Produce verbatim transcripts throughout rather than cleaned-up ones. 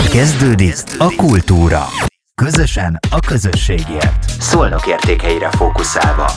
Kezdődik a kultúra. Közösen a közösségért. Szolnok értékeire fókuszálva.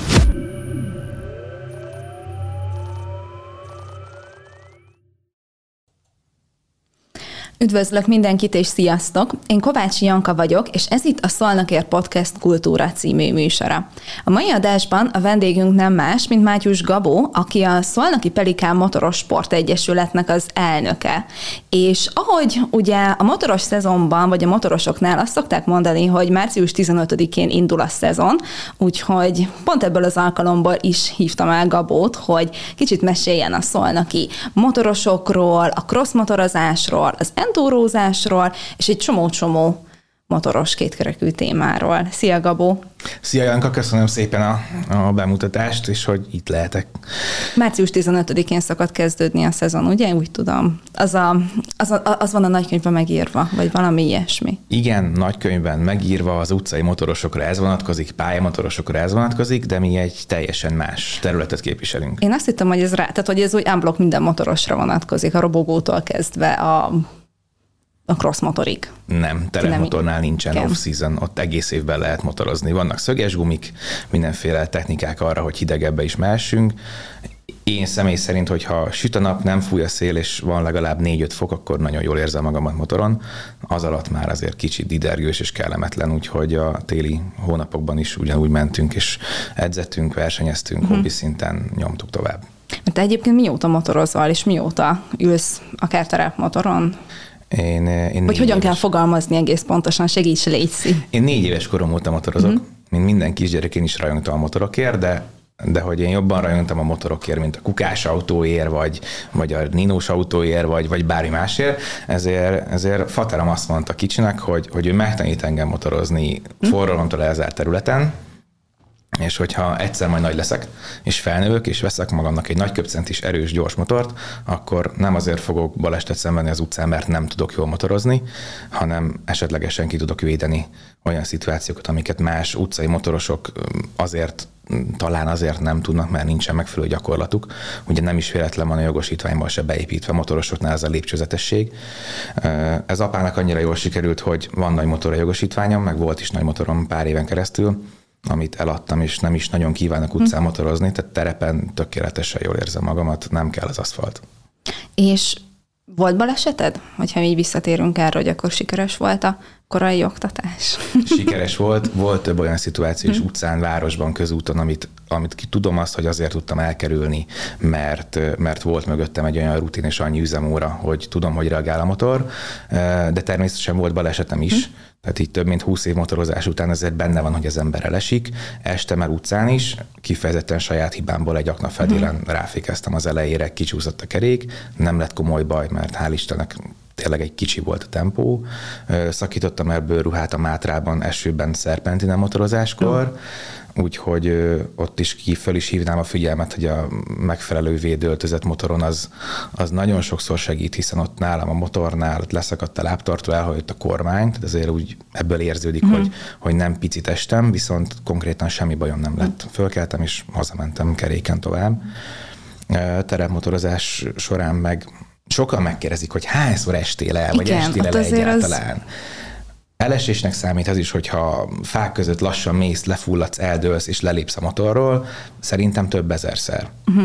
Üdvözlök mindenkit, és sziasztok! Én Kovácsi Janka vagyok, és ez itt a Szolnokért Podcast Kultúra című műsora. A mai adásban a vendégünk nem más, mint Mátyus Gabó, aki a Szolnoki Pelikán Motoros Sportegyesületnek az elnöke. És ahogy ugye a motoros szezonban, vagy a motorosoknál azt szokták mondani, hogy március tizenötödikén indul a szezon, úgyhogy pont ebből az alkalomból is hívtam el Gabót, hogy kicsit meséljen a szolnoki motorosokról, a crossmotorozásról, az endurózásról, és egy csomó-csomó motoros kétkerekű témáról. Szia, Gabó! Szia, Janka! Köszönöm szépen a, a bemutatást, és hogy itt lehetek. március tizenötödikén szokott kezdődni a szezon, ugye? Úgy tudom. Az, a, az, a, az van a nagykönyvben megírva, vagy valami ilyesmi. Igen, nagykönyvben megírva, az utcai motorosokra ez vonatkozik, pályamotorosokra ez vonatkozik, de mi egy teljesen más területet képviselünk. Én azt hittem, hogy ez rá, tehát hogy ez úgy unblock minden motorosra vonatkozik, a robogótól kezdve a a crossmotorig. Nem, terepmotornál nincsen igen. Off-season, ott egész évben lehet motorozni. Vannak szöges gumik, mindenféle technikák arra, hogy hidegebbe is mehessünk. Én személy szerint, hogyha süt a nap, nem fúj a szél, és van legalább négy-öt fok, akkor nagyon jól érzem magamat motoron. Az alatt már azért kicsit didergős és kellemetlen, úgyhogy a téli hónapokban is ugyanúgy mentünk, és edzettünk, versenyeztünk, uh-huh. hobbi szinten nyomtuk tovább. Te egyébként mióta motorozol, és mióta ülsz akár terepmotoron? Én, én Hogy hogyan éves. kell fogalmazni egész pontosan, segíts, légy. Én négy éves korom óta motorozok, mm-hmm. mint minden kisgyerek, én is rajongtam a motorokért, de, de hogy én jobban rajongtam a motorokért, mint a kukás autóért, vagy, vagy a ninós autóért, vagy, vagy bármi másért, ezért, ezért fateram azt mondta kicsinek, hogy, hogy ő megtanít engem motorozni mm. forralomtól elzárt területen, és hogyha egyszer majd nagy leszek, és felnövök, és veszek magamnak egy nagy köpcentis erős, gyors motort, akkor nem azért fogok balesetet szenvedni az utcán, mert nem tudok jól motorozni, hanem esetlegesen ki tudok védeni olyan szituációkat, amiket más utcai motorosok azért, talán azért nem tudnak, mert nincsen megfelelő gyakorlatuk. Ugye nem is véletlen van a jogosítványban se beépítve motorosoknál ez a lépcsőzetesség. Ez apának annyira jól sikerült, hogy van nagy motor a jogosítványom, meg volt is nagy motorom pár éven keresztül, amit eladtam, és nem is nagyon kívánok utcán motorozni, tehát terepen tökéletesen jól érzem magamat, nem kell az aszfalt. És volt baleseted? Hogyha így visszatérünk erre, hogy akkor sikeres volt a korai oktatás? Sikeres volt, volt több olyan szituáció is utcán, városban, közúton, amit, amit ki tudom azt, hogy azért tudtam elkerülni, mert, mert volt mögöttem egy olyan rutin és annyi üzemóra, hogy tudom, hogy reagál a motor, de természetesen volt balesetem is, hmm. Tehát így több mint húsz év motorozás után azért benne van, hogy az ember elesik. Este már utcán is, kifejezetten saját hibámból egy aknafedélen hmm. ráfékeztem az elejére, kicsúszott a kerék, nem lett komoly baj, mert hál' Istennek tényleg egy kicsi volt a tempó. Szakítottam el bőrruhát a Mátrában, esőben, szerpentinen motorozáskor, hmm. úgyhogy ott is ki föl is hívnám a figyelmet, hogy a megfelelő védőöltözet motoron az, az nagyon sokszor segít, hiszen ott nálam a motornál ott leszakadt a lábtartó, elhajtott a kormány, tehát azért úgy ebből érződik, mm. hogy, hogy nem picit estem, viszont konkrétan semmi bajom nem lett. Fölkeltem és hazamentem keréken tovább. Terepmotorozás során meg sokan megkérdezik, hogy hányszor estél el, vagy igen, estél el egyáltalán. Az... Elesésnek számít az is, hogyha fák között lassan mész, lefulladsz, eldőlsz és lelépsz a motorról, szerintem több ezerszer.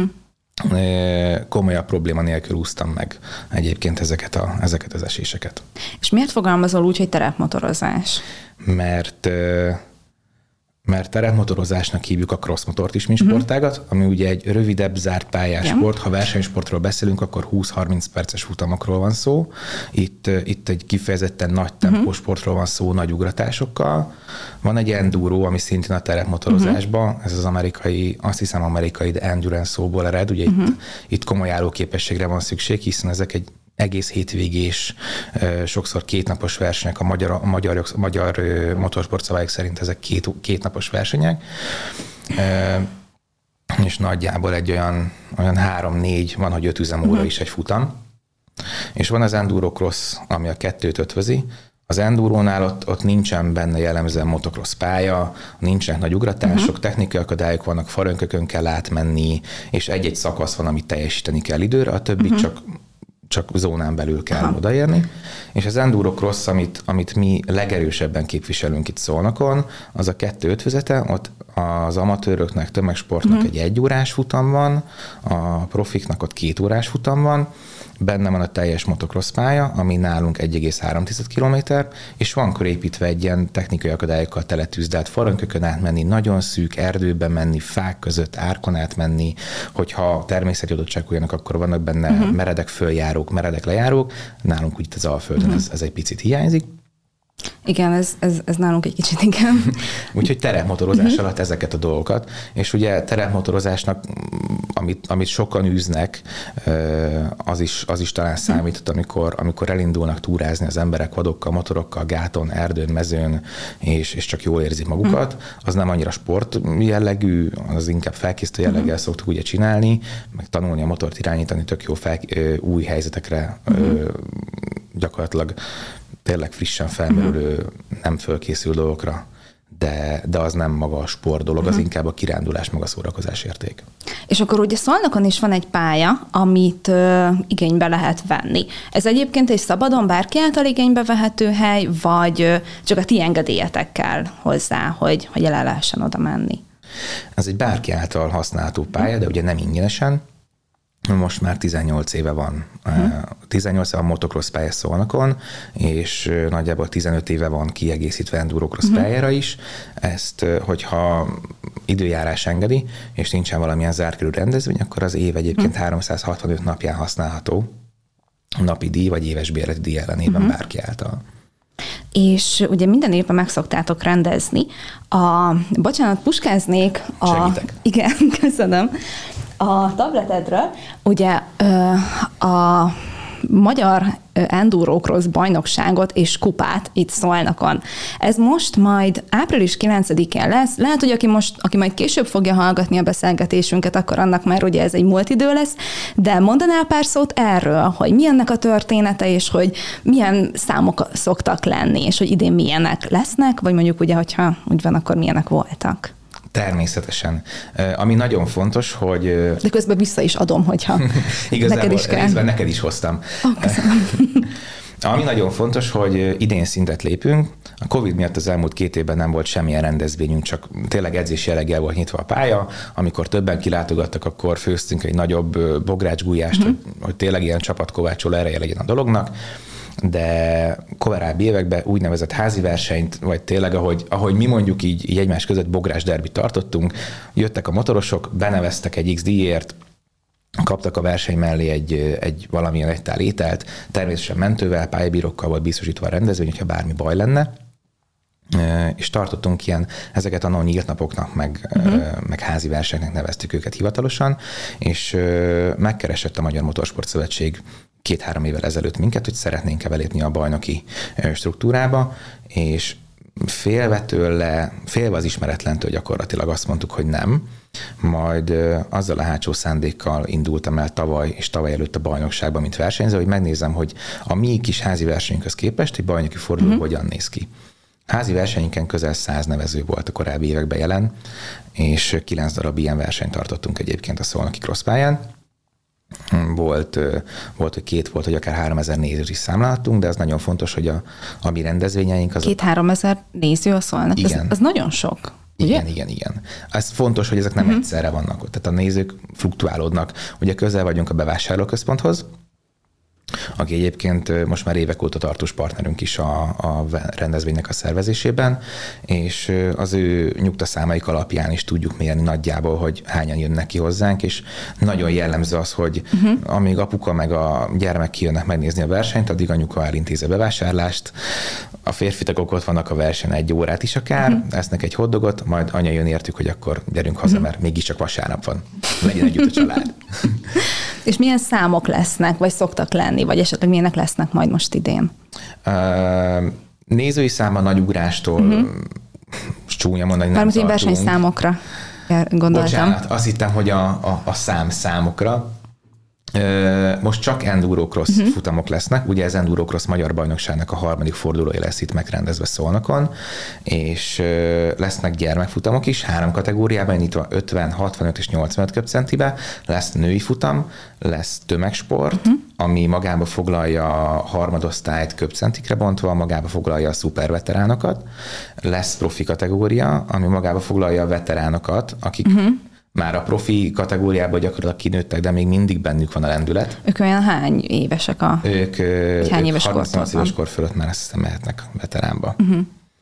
Uh-huh. Komolyabb probléma nélkül úsztam meg egyébként ezeket, a, ezeket az eséseket. És miért fogalmazol úgy, hogy terepmotorozás? Mert... mert terepmotorozásnak hívjuk a crossmotort is, mint uh-huh. sportágat, ami ugye egy rövidebb, zárt pályás yeah. sport. Ha versenysportról beszélünk, akkor húsz-harminc perces futamokról van szó. Itt, itt egy kifejezetten nagy tempósportról van szó, nagy ugratásokkal. Van egy enduro, ami szintén a terepmotorozásban, uh-huh. ez az amerikai, azt hiszem amerikai, de endurance szóból ered, ugye uh-huh. itt, itt komoly állóképességre van szükség, hiszen ezek egy egész hétvégés, sokszor kétnapos versenyek, a magyar, a magyar, a magyar motorsportszabályok szerint ezek két, kétnapos versenyek, és nagyjából egy olyan, olyan három-négy, van, hogy öt üzemóra uh-huh. is egy futam, és van az enduro cross, ami a kettőt ötvözi. Az endurónál ott, ott nincsen benne jellemzően motocross pálya, nincsenek nagy ugratások, uh-huh. technikai akadályok vannak, farönkökön kell átmenni, és egy-egy szakasz van, amit teljesíteni kell időre, a többi uh-huh. csak csak zónán belül kell Aha. odaérni. És az Enduro Cross, amit, amit mi legerősebben képviselünk itt Szolnokon, az a kettő ötvözete, ott az amatőröknek, tömegsportnak uh-huh. egy egyórás futam van, a profiknak ott két órás futam van, benne van a teljes motocross pálya, ami nálunk egy egész három kilométer, és van körépítve egy ilyen technikai akadályokkal tele tűzdált farönkökön átmenni, nagyon szűk erdőben menni, fák között, árkon átmenni, hogyha természeti adottságok olyanok, akkor vannak benne uh-huh. meredek följárók, meredek lejárók, nálunk úgy az Alföldön uh-huh. ez, ez egy picit hiányzik. Igen, ez, ez, ez nálunk egy kicsit igen. Úgyhogy terepmotorozás uh-huh. alatt ezeket a dolgokat, és ugye terepmotorozásnak, amit, amit sokan űznek, az is, az is talán számított, amikor, amikor elindulnak túrázni az emberek vadokkal, motorokkal, gáton, erdőn, mezőn, és, és csak jól érzik magukat. Uh-huh. Az nem annyira sport jellegű, az inkább felkészítő jelleggel uh-huh. szoktuk ugye csinálni, meg tanulni a motort irányítani, tök jó fel, új helyzetekre uh-huh. gyakorlatilag tényleg frissen felmerülő, uh-huh. nem fölkészül dolgokra, de, de az nem maga a sport dolog, uh-huh. az inkább a kirándulás, maga szórakozás érték. És akkor ugye Szolnokon is van egy pálya, amit ö, igénybe lehet venni. Ez egyébként egy szabadon bárki által igénybe vehető hely, vagy ö, csak a ti engedélyetek kell hozzá, hogy, hogy el lehessen oda menni? Ez egy bárki által használható pálya, de ugye nem ingyenesen. Most már tizennyolc éve van. Hmm. tizennyolc éve van motocross pálya Szolnokon, és nagyjából tizenöt éve van kiegészítve endurocross hmm. pályára is. Ezt, hogyha időjárás engedi, és nincsen valamilyen zártkörű rendezvény, akkor az év egyébként hmm. háromszázhatvanöt napján használható napi díj, vagy éves bérleti díj ellenében hmm. bárki által. És ugye minden évben meg szoktátok rendezni. A, bocsánat, puskáznék. A, Segítek. Igen, köszönöm. A tabletedről ugye a magyar endurocross bajnokságot és kupát itt Szolnokon. Ez most majd április kilencedikén lesz. Lehet, hogy aki most, aki majd később fogja hallgatni a beszélgetésünket, akkor annak már ugye ez egy múlt idő lesz, de mondanál pár szót erről, hogy mi ennek a története, és hogy milyen számok szoktak lenni, és hogy idén milyenek lesznek, vagy mondjuk ugye, hogyha úgy van, akkor milyenek voltak. Természetesen. Ami nagyon fontos, hogy... De közben vissza is adom, hogyha neked is kell. Részben neked is hoztam. Oh, Ami nagyon fontos, hogy idén szintet lépünk. A Covid miatt az elmúlt két évben nem volt semmilyen rendezvényünk, csak tényleg edzés jelleggel volt nyitva a pálya. Amikor többen kilátogattak, akkor főztünk egy nagyobb bográcsgulyást, uh-huh. hogy, hogy tényleg ilyen csapatkovácsoló ereje legyen a dolognak. De korábbi években úgynevezett házi versenyt, vagy tényleg, ahogy, ahogy mi mondjuk így, így egymás között bográs derbit tartottunk, jöttek a motorosok, beneveztek egy X díjért, kaptak a verseny mellé egy, egy valamilyen egy tál ételt, természetesen mentővel, pályabírókkal volt biztosítva a rendezvény, hogyha bármi baj lenne, és tartottunk ilyen, ezeket a nyílt napoknak, meg, uh-huh. meg házi versenynek neveztük őket hivatalosan, és megkeresett a Magyar Motorsport Szövetség két-három évvel ezelőtt minket, hogy szeretnénk-e belépni a bajnoki struktúrába, és félve tőle, félve az ismeretlentől gyakorlatilag azt mondtuk, hogy nem, majd azzal a hátsó szándékkal indultam el tavaly és tavaly előtt a bajnokságban, mint versenyző, hogy megnézem, hogy a mi kis házi versenyünkhöz képest egy bajnoki forduló uh-huh. hogyan néz ki. Házi versenyünken közel száz nevező volt a korábbi években jelen, és kilenc darab ilyen versenyt tartottunk egyébként a szolnoki crosspályán. Volt, volt, hogy két volt, hogy akár háromezer nézőt is számláltunk, de az nagyon fontos, hogy a, a mi rendezvényeink... Az Két-három ezer néző a szolnak, az, az nagyon sok. Igen, ugye? igen, igen. Ez fontos, hogy ezek nem uh-huh. egyszerre vannak ott. Tehát a nézők fluktuálódnak. Ugye közel vagyunk a bevásárlóközponthoz, aki egyébként most már évek óta tartós partnerünk is a, a rendezvénynek a szervezésében, és az ő nyugtaszámaik alapján is tudjuk mérni nagyjából, hogy hányan jönnek ki hozzánk, és nagyon jellemző az, hogy uh-huh. amíg apuka meg a gyermek kijönnek megnézni a versenyt, addig anyuka elintézi a bevásárlást, a férfitakok ott vannak a verseny egy órát is akár, uh-huh. esznek egy hotdogot, majd anya jön értük, hogy akkor gyerünk haza, uh-huh. mert mégiscsak vasárnap van, legyen együtt a család. És milyen számok lesznek, vagy szoktak lenni, vagy esetleg milyenek lesznek majd most idén? Uh, nézői száma nagy ugrástól, uh-huh. csúnya mondani, nem tartunk. Mármint versenyszámokra gondoltam. Bocsánat, azt hittem, hogy a, a, a szám számokra. Most csak endurocross uh-huh. futamok lesznek, ugye ez endurocross magyar bajnokságnak a harmadik fordulója lesz itt megrendezve Szolnokon, és lesznek gyermekfutamok is, három kategóriában, indítva ötven, hatvanöt és nyolcvanöt köbcentibe, lesz női futam, lesz tömegsport, uh-huh. ami magába foglalja a harmadosztályt köbcentikre bontva, magába foglalja a szuperveteránokat, lesz profi kategória, ami magába foglalja a veteránokat, akik uh-huh. már a profi kategóriában gyakorlatilag kinőttek, de még mindig bennük van a lendület. Ők olyan hány évesek a... Ők, hány ők éves harmincnyolc éves kor fölött már azt hiszem mehetnek veteránba. Uh-huh.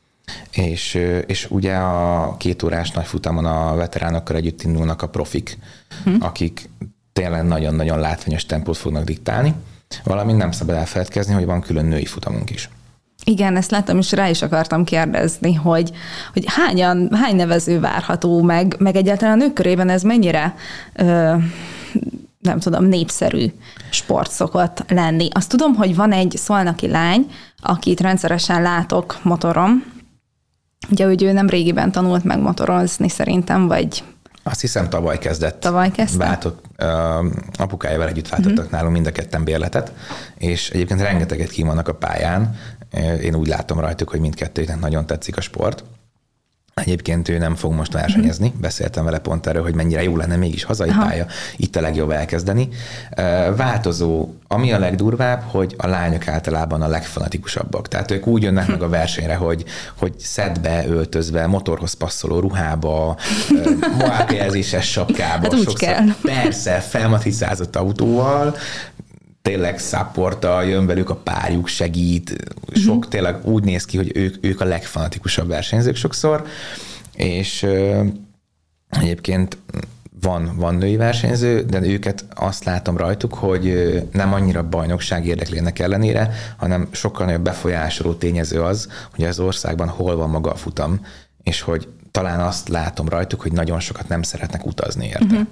És, és ugye a két órás nagy futamon a veteránokkal együtt indulnak a profik, uh-huh. akik tényleg nagyon-nagyon látványos tempót fognak diktálni, valamint nem szabad elfeledkezni, hogy van külön női futamunk is. Igen, ezt láttam, és rá is akartam kérdezni, hogy, hogy hányan, hány nevező várható, meg, meg egyáltalán a nők körében ez mennyire, ö, nem tudom, népszerű sport szokott lenni. Azt tudom, hogy van egy szolnoki lány, akit rendszeresen látok motoron. Ugye, hogy ő nem régiben tanult meg motorozni szerintem, vagy... Azt hiszem tavaly kezdett. Tavaly kezdte? Váltott, uh, apukájával együtt váltottak uh-huh. nálunk mind a ketten bérletet, és egyébként rengeteget ki vannak a pályán. Én úgy látom rajtuk, hogy mindkettőnek nagyon tetszik a sport. Egyébként ő nem fog most versenyezni. Uh-huh. Beszéltem vele pont erről, hogy mennyire jó lenne mégis hazai Aha. pálya, itt a legjobb elkezdeni. Változó, ami a legdurvább, hogy a lányok általában a legfanatikusabbak. Tehát ők úgy jönnek meg a versenyre, hogy, hogy szedbe öltözve, motorhoz passzoló ruhába, moákjelzéses sapkába, hát sokszor kell. Persze, felmatricázott autóval, tényleg szapporta, jön velük a párjuk, segít, sok uh-huh. tényleg úgy néz ki, hogy ők, ők a legfanatikusabb versenyzők sokszor, és ö, egyébként van, van női versenyző, de őket azt látom rajtuk, hogy nem annyira bajnokság érdeklének ellenére, hanem sokkal nagyobb befolyásoló tényező az, hogy az országban hol van maga a futam, és hogy talán azt látom rajtuk, hogy nagyon sokat nem szeretnek utazni érte. Uh-huh.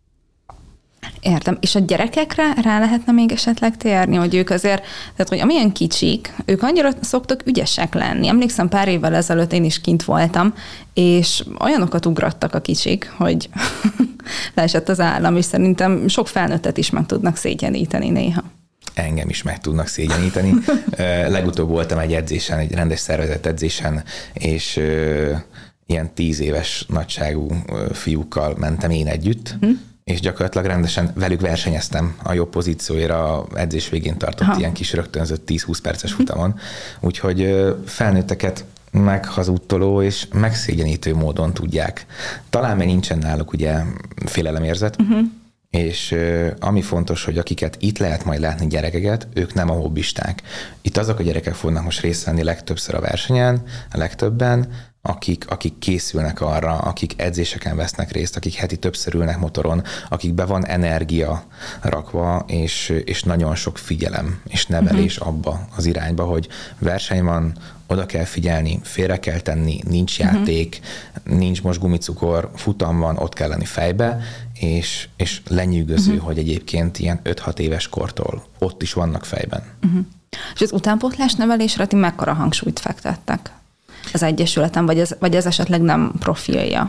Értem. És a gyerekekre rá lehetne még esetleg térni, hogy ők azért, tehát hogy amilyen kicsik, ők annyira szoktak ügyesek lenni. Emlékszem, pár évvel ezelőtt én is kint voltam, és olyanokat ugrattak a kicsik, hogy leesett az állam, és szerintem sok felnőttet is meg tudnak szégyeníteni néha. Engem is meg tudnak szégyeníteni. Legutóbb voltam egy edzésen, egy rendes szervezett edzésen, és ilyen tíz éves nagyságú fiúkkal mentem én együtt, hm? és gyakorlatilag rendesen velük versenyeztem a jobb pozícióira, edzés végén tartott Aha. ilyen kis rögtönzött tíz-húsz perces futamon. Úgyhogy felnőtteket meghazudtoló és megszégyenítő módon tudják. Talán még nincsen náluk ugye félelemérzet, uh-huh. és ami fontos, hogy akiket itt lehet majd látni gyerekeket, ők nem a hobbisták. Itt azok a gyerekek fognak most részt venni legtöbbször a versenyen, a legtöbben, akik, akik készülnek arra, akik edzéseken vesznek részt, akik heti többször ülnek motoron, akikbe van energia rakva, és, és nagyon sok figyelem és nevelés uh-huh. abba az irányba, hogy verseny van, oda kell figyelni, félre kell tenni, nincs játék, uh-huh. nincs most gumicukor, futam van, ott kell lenni fejbe, és, és lenyűgöző, uh-huh. hogy egyébként ilyen öt-hat éves kortól ott is vannak fejben. Uh-huh. És az utánpótlás nevelésre ti mekkora hangsúlyt fektettek az Egyesületen, vagy ez, vagy ez esetleg nem profilja?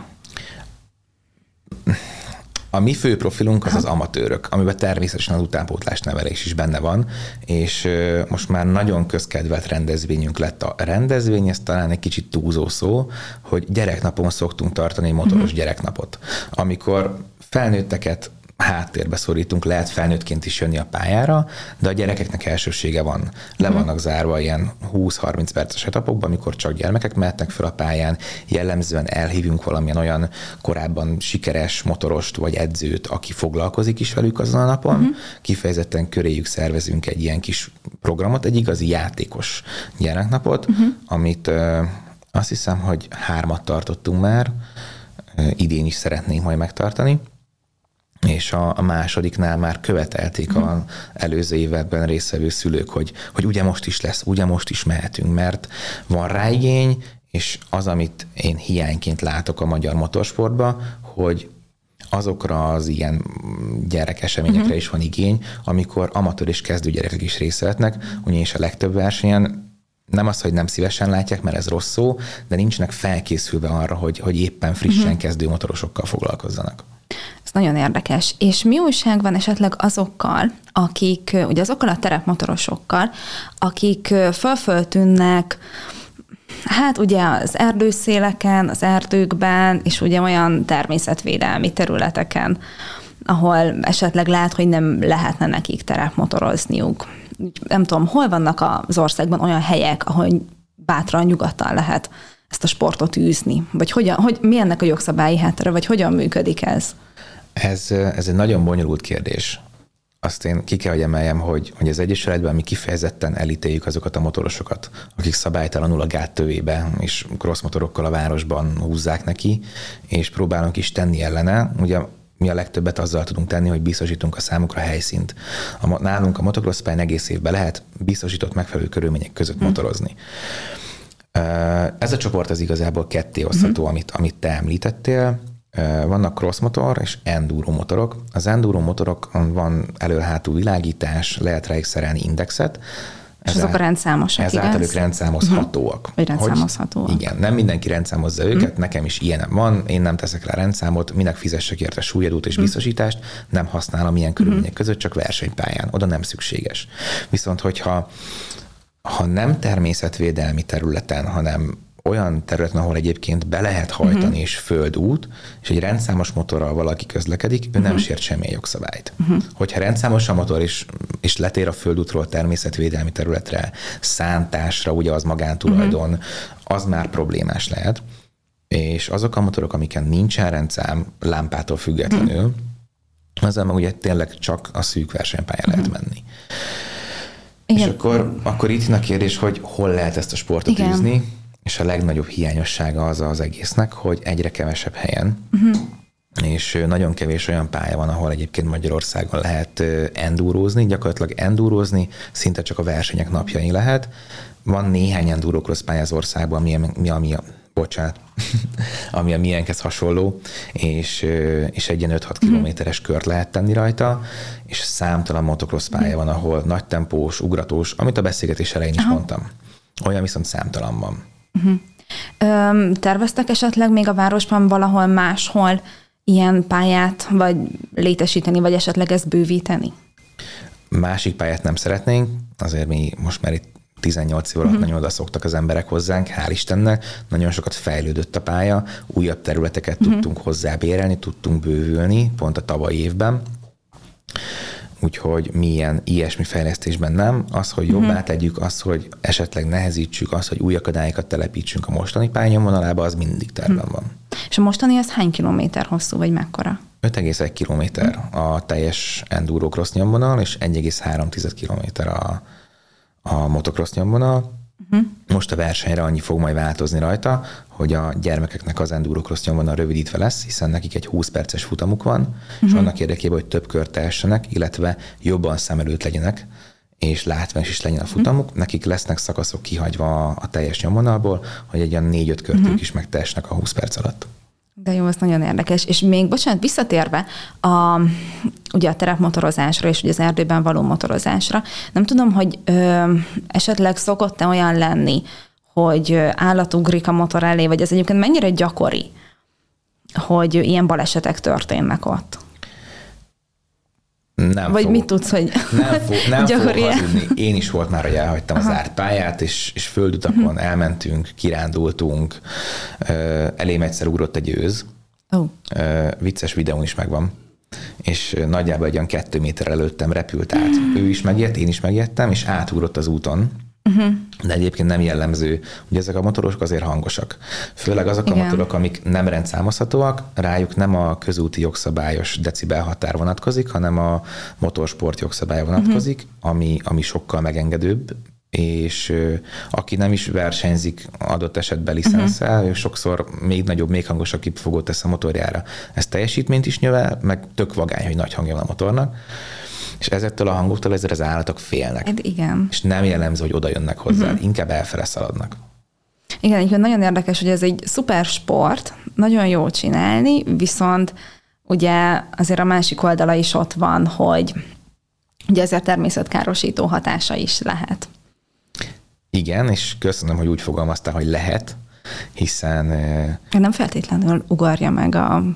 A mi fő profilunk az Aha. az amatőrök, amiben természetesen az utánpótlás nevelés is benne van, és most már nagyon közkedvelt rendezvényünk lett. A rendezvény, ez talán egy kicsit túlzó szó, hogy gyereknapon szoktunk tartani egy motoros uh-huh. gyereknapot, amikor felnőtteket háttérbe szorítunk, lehet felnőttként is jönni a pályára, de a gyerekeknek elsősége van. Le vannak zárva ilyen húsz-harminc perces etapokban, amikor csak gyermekek mehetnek fel a pályán, jellemzően elhívunk valamilyen olyan korábban sikeres motorost vagy edzőt, aki foglalkozik is velük azon a napon. Uh-huh. Kifejezetten köréjük szervezünk egy ilyen kis programot, egy igazi játékos gyereknapot, uh-huh. amit uh, azt hiszem, hogy hármat tartottunk már, uh, idén is szeretnénk majd megtartani, és a, a másodiknál már követelték hmm. az előző években résztvevő szülők, hogy, hogy ugye most is lesz, ugye most is mehetünk, mert van rá igény, és az, amit én hiányként látok a magyar motorsportban, hogy azokra az ilyen gyerekeseményekre uh-huh. is van igény, amikor amatőr és kezdő gyerekek is részt vehetnek, ugyanis a legtöbb versenyen nem az, hogy nem szívesen látják, mert ez rossz szó, de nincsenek felkészülve arra, hogy, hogy éppen frissen uh-huh. kezdő motorosokkal foglalkozzanak. Ezt nagyon érdekes. És mi újság van esetleg azokkal, akik, ugye azokkal a terepmotorosokkal, akik fölföltűnnek, hát ugye az erdőszéleken, az erdőkben, és ugye olyan természetvédelmi területeken, ahol esetleg lehet, hogy nem lehetne nekik terepmotorozniuk. Nem tudom, hol vannak az országban olyan helyek, ahol bátran, nyugodtan lehet ezt a sportot űzni? Vagy hogyan, hogy, mi ennek a jogszabályi háttere, vagy hogyan működik ez? Ez, ez egy nagyon bonyolult kérdés. Azt én ki kell, hogy emeljem, hogy, hogy az Egyesületben mi kifejezetten elítéljük azokat a motorosokat, akik szabálytalanul a gát tövébe és crossmotorokkal a városban húzzák neki, és próbálunk is tenni ellene. Ugye mi a legtöbbet azzal tudunk tenni, hogy biztosítunk a számukra helyszínt. A, nálunk a motocross pályán egész évben lehet biztosított megfelelő körülmények között hmm. motorozni. Ez a csoport az igazából ketté osztható, hmm. amit, amit te említettél. Vannak crossmotor és enduro motorok. Az enduro motorokon van elől-hátul világítás, lehet rájuk szerelni indexet. És azok a rendszámosak, igaz? Ezáltal ők rendszámozhatóak. Vagy rendszámozhatóak. Hogy, igen, nem mindenki rendszámozza őket, uh-huh. nekem is ilyenem van, én nem teszek rá rendszámot, minek fizessek érte súlyadót és uh-huh. biztosítást, nem használom ilyen körülmények uh-huh. között, csak versenypályán. Oda nem szükséges. Viszont, hogyha ha nem természetvédelmi területen, hanem olyan területen, ahol egyébként be lehet hajtani, uh-huh. és földút, és egy rendszámos motorral valaki közlekedik, ő uh-huh. nem sért semmilyen jogszabályt. Uh-huh. Hogyha rendszámos a motor, és, és letér a földútról természetvédelmi területre, szántásra, ugye az magántulajdon, uh-huh. az már problémás lehet. És azok a motorok, amiken nincsen rendszám, lámpától függetlenül, uh-huh. azzal meg ugye tényleg csak a szűk versenypályán uh-huh. lehet menni. Igen. És akkor, akkor itt a kérdés, hogy hol lehet ezt a sportot Igen. űzni, és a legnagyobb hiányossága az az egésznek, hogy egyre kevesebb helyen, uh-huh. és nagyon kevés olyan pálya van, ahol egyébként Magyarországon lehet endurózni, gyakorlatilag endurózni szinte csak a versenyek napjain lehet. Van néhány endurocross pálya az országban, ami, ami, ami a, bocsánat, ami a milyenkhez hasonló, és, és egy ilyen öt-hat uh-huh. kilométeres kört lehet tenni rajta, és számtalan motocross pálya van, ahol nagy tempós, ugratós, amit a beszélgetés elején is Aha. mondtam. Olyan viszont számtalan van. Uh-huh. Öm, terveztek esetleg még a városban valahol máshol ilyen pályát, vagy létesíteni, vagy esetleg ezt bővíteni? Másik pályát nem szeretnénk, azért mi most már itt tizennyolc év alatt uh-huh. nagyon oda szoktak az emberek hozzánk, hál' Istennek, nagyon sokat fejlődött a pálya, újabb területeket uh-huh. tudtunk hozzábérelni, tudtunk bővülni, pont a tavalyi évben. Úgyhogy milyen ilyesmi fejlesztésben nem. Az, hogy jobbá uh-huh. tegyük, az, hogy esetleg nehezítsük, az, hogy új akadályokat telepítsünk a mostani pályanyomvonalába, az mindig tervben uh-huh. van. És a mostani az hány kilométer hosszú, vagy mekkora? öt egész egy kilométer uh-huh. a teljes endurocross nyomvonal, és egy egész három kilométer a, a motocross nyomvonal. Uh-huh. Most a versenyre annyi fog majd változni rajta, hogy a gyermekeknek az endurocross nyomvonal rövidítve lesz, hiszen nekik egy húsz perces futamuk van, uh-huh. és annak érdekében, hogy több kört tehessenek, illetve jobban szem előtt legyenek, és látványos is legyen a futamuk, uh-huh. nekik lesznek szakaszok kihagyva a teljes nyomvonalból, hogy egy olyan négy-öt kört uh-huh. ők is megtehessenek a húsz perc alatt. De jó, ez nagyon érdekes. És még, bocsánat, visszatérve a, ugye a terepmotorozásra és ugye az erdőben való motorozásra, nem tudom, hogy ö, esetleg szokott-e olyan lenni, hogy állat ugrik a motor elé, vagy ez egyébként mennyire gyakori, hogy ilyen balesetek történnek ott? Nem Vagy fog, mit tudsz, hogy nem, fog, nem fogok hazudni. Én is volt már, hogy elhagytam Aha. az zárt pályát, és, és földutakon uh-huh. elmentünk, kirándultunk. Elém egyszer ugrott egy őz. Oh. Vicces videón is megvan. És nagyjából egy olyan kettő méter előttem repült át. Uh-huh. Ő is megijedt, én is megijedtem, és átugrott az úton. Uh-huh. De egyébként nem jellemző. Ugye ezek a motorosok azért hangosak. Főleg azok Igen. a motorok, amik nem rendszámozhatóak, rájuk nem a közúti jogszabályos decibel határ vonatkozik, hanem a motorsport jogszabály vonatkozik, uh-huh. ami, ami sokkal megengedőbb, és aki nem is versenyzik adott esetben licenszel, uh-huh. ő sokszor még nagyobb, még hangosabb kipufogót tesz a motorjára. Ez teljesítményt is növel, meg tök vagány, hogy nagy hangja van a motornak. És ezettől a hangoktól ezzel az állatok félnek. Hát igen. És nem jellemző, hogy oda jönnek hozzá, uh-huh. inkább elfele szaladnak. Igen, igen, nagyon érdekes, hogy ez egy szuper sport, nagyon jó csinálni, viszont ugye azért a másik oldala is ott van, hogy ugye ezért természetkárosító hatása is lehet. Igen, és köszönöm, hogy úgy fogalmaztál, hogy lehet, hiszen... Nem feltétlenül ugorja meg a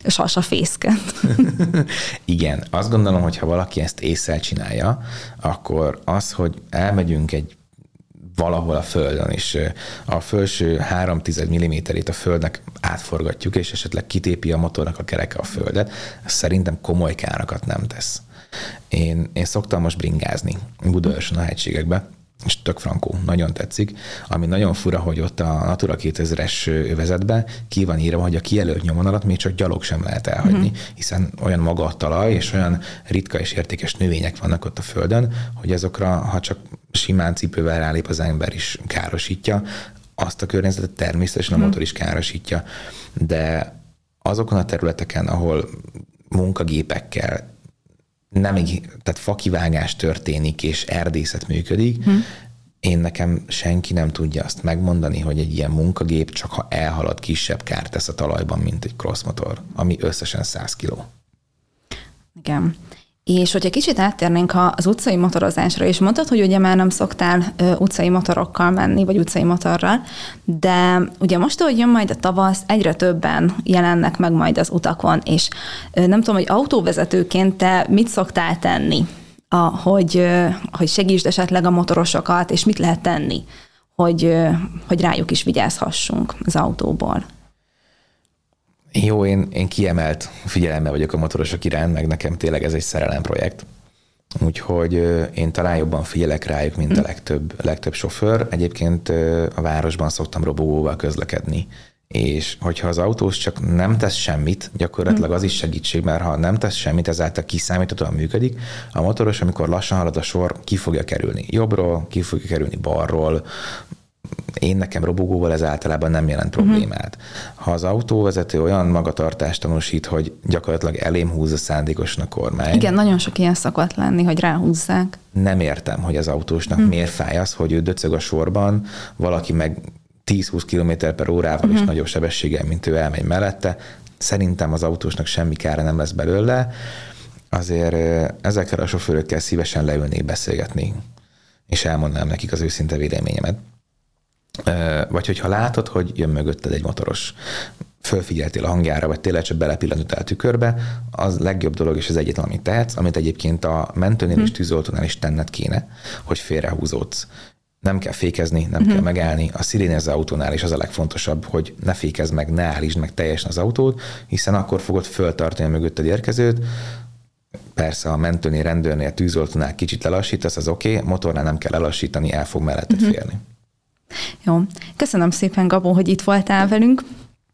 sasafészket. Igen, azt gondolom, hogy ha valaki ezt ésszel csinálja, akkor az, hogy elmegyünk egy valahol a földön, és a felső három tized milliméterét a földnek átforgatjuk, és esetleg kitépi a motornak a kereke a földet, szerintem komoly károkat nem tesz. Én, én szoktam most bringázni Budaörsön a hegységekbe, és tök frankó, nagyon tetszik. Ami nagyon fura, hogy ott a Natura kétezres övezetben ki van írva, hogy a kijelölt nyomonalat még csak gyalog sem lehet elhagyni, uh-huh. hiszen olyan maga a talaj, és olyan ritka és értékes növények vannak ott a földön, hogy azokra, ha csak simán cipővel rálép az ember is károsítja, azt a környezetet természetesen a motor is károsítja. De azokon a területeken, ahol munkagépekkel nem, tehát fakivágás történik, és erdészet működik, hmm. én nekem senki nem tudja azt megmondani, hogy egy ilyen munkagép csak ha elhalad, kisebb kárt tesz a talajban, mint egy crossmotor, ami összesen száz kiló. Igen. És hogyha kicsit áttérnénk az utcai motorozásra, és mondtad, hogy ugye már nem szoktál ö, utcai motorokkal menni, vagy utcai motorral, de ugye most, ahogy jön majd a tavasz, egyre többen jelennek meg majd az utakon, és ö, nem tudom, hogy autóvezetőként te mit szoktál tenni, a, hogy, ö, hogy segítsd esetleg a motorosokat, és mit lehet tenni, hogy, ö, hogy rájuk is vigyázhassunk az autóból. Jó, én, én kiemelt figyelemmel vagyok a motorosok iránt, meg nekem tényleg ez egy szerelemprojekt. Úgyhogy én talán jobban figyelek rájuk, mint a legtöbb, legtöbb sofőr. Egyébként a városban szoktam robogóval közlekedni, és hogyha az autós csak nem tesz semmit, gyakorlatilag az is segítség, mert ha nem tesz semmit, ezáltal kiszámíthatóan működik, a motoros, amikor lassan halad a sor, ki fogja kerülni jobbról, ki fogja kerülni balról. Én nekem robogóval ez általában nem jelent problémát. Ha az autóvezető olyan magatartást tanúsít, hogy gyakorlatilag elém húzza szándékosan a kormány. Igen, nagyon sok ilyen szokott lenni, hogy ráhúzzák. Nem értem, hogy az autósnak hmm. miért fáj az, hogy ő döcög a sorban, valaki meg tíz-húsz kilométer per órával hmm. és nagyobb sebességgel, mint ő elmegy mellette. Szerintem az autósnak semmi kára nem lesz belőle. Azért ezekkel a sofőrökkel szívesen leülnék beszélgetni, és elmondanám nekik az őszinte véleményemet. Vagy hogyha látod, hogy jön mögötted egy motoros, fölfigyeltél a hangjára, vagy tényleg csak belepillantottál a tükörbe, az legjobb dolog, és az egyetlen, amit tehetsz, amit egyébként a mentőnél és tűzoltónál is tenned kéne, hogy félrehúzódsz. Nem kell fékezni, nem uh-huh. kell megállni. A szirénező autónál is az a legfontosabb, hogy ne fékezd meg, ne állítsd meg teljesen az autót, hiszen akkor fogod föltartani a mögötted érkezőt. Persze a mentőnél, rendőrnél, tűzoltónál kicsit lelassítasz, az oké, okay, motornál nem kell lelassítani, el fog melletted uh-huh. félni. Jó. Köszönöm szépen, Gabó, hogy itt voltál velünk,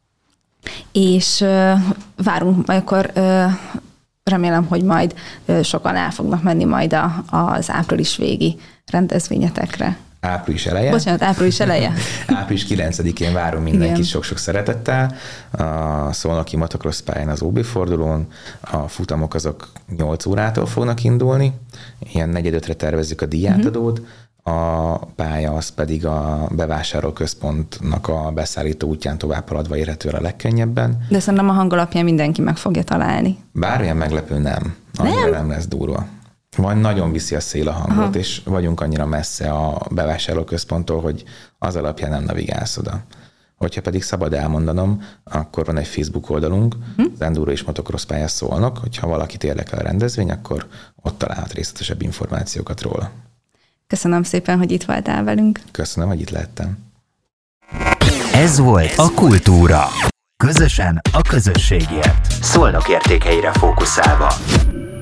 és uh, várunk, majd akkor uh, remélem, hogy majd uh, sokan el fognak menni majd a, az április végi rendezvényetekre. Április eleje? Bocsánat, április eleje. április kilencedikén várom mindenkit sok-sok szeretettel. A Szolnoki Motocross pályán az ó bé fordulón a futamok azok nyolc órától fognak indulni. Ilyen negyedötre tervezzük a díjátadót. Uh-huh. A pálya az pedig a bevásárlóközpontnak a beszállító útján tovább haladva érhető el a legkönnyebben. De szerintem a hang alapján mindenki meg fogja találni. Bármilyen meglepő nem. Annyira nem, nem lesz durva. Vagy nagyon viszi a szél a hangot, aha. és vagyunk annyira messze a bevásárlóközponttól, hogy az alapján nem navigálsz oda. Hogyha pedig szabad elmondanom, akkor van egy Facebook oldalunk, hm? az Enduro és Motocross pálya Szolnok, hogyha valakit érdekel a rendezvény, akkor ott találhat részletesebb információkat róla. Köszönöm szépen, hogy itt voltál velünk. Köszönöm, hogy itt lettem. Ez volt a Kultúra. Közösen a közösségért. Szolnok értékeire fókuszálva.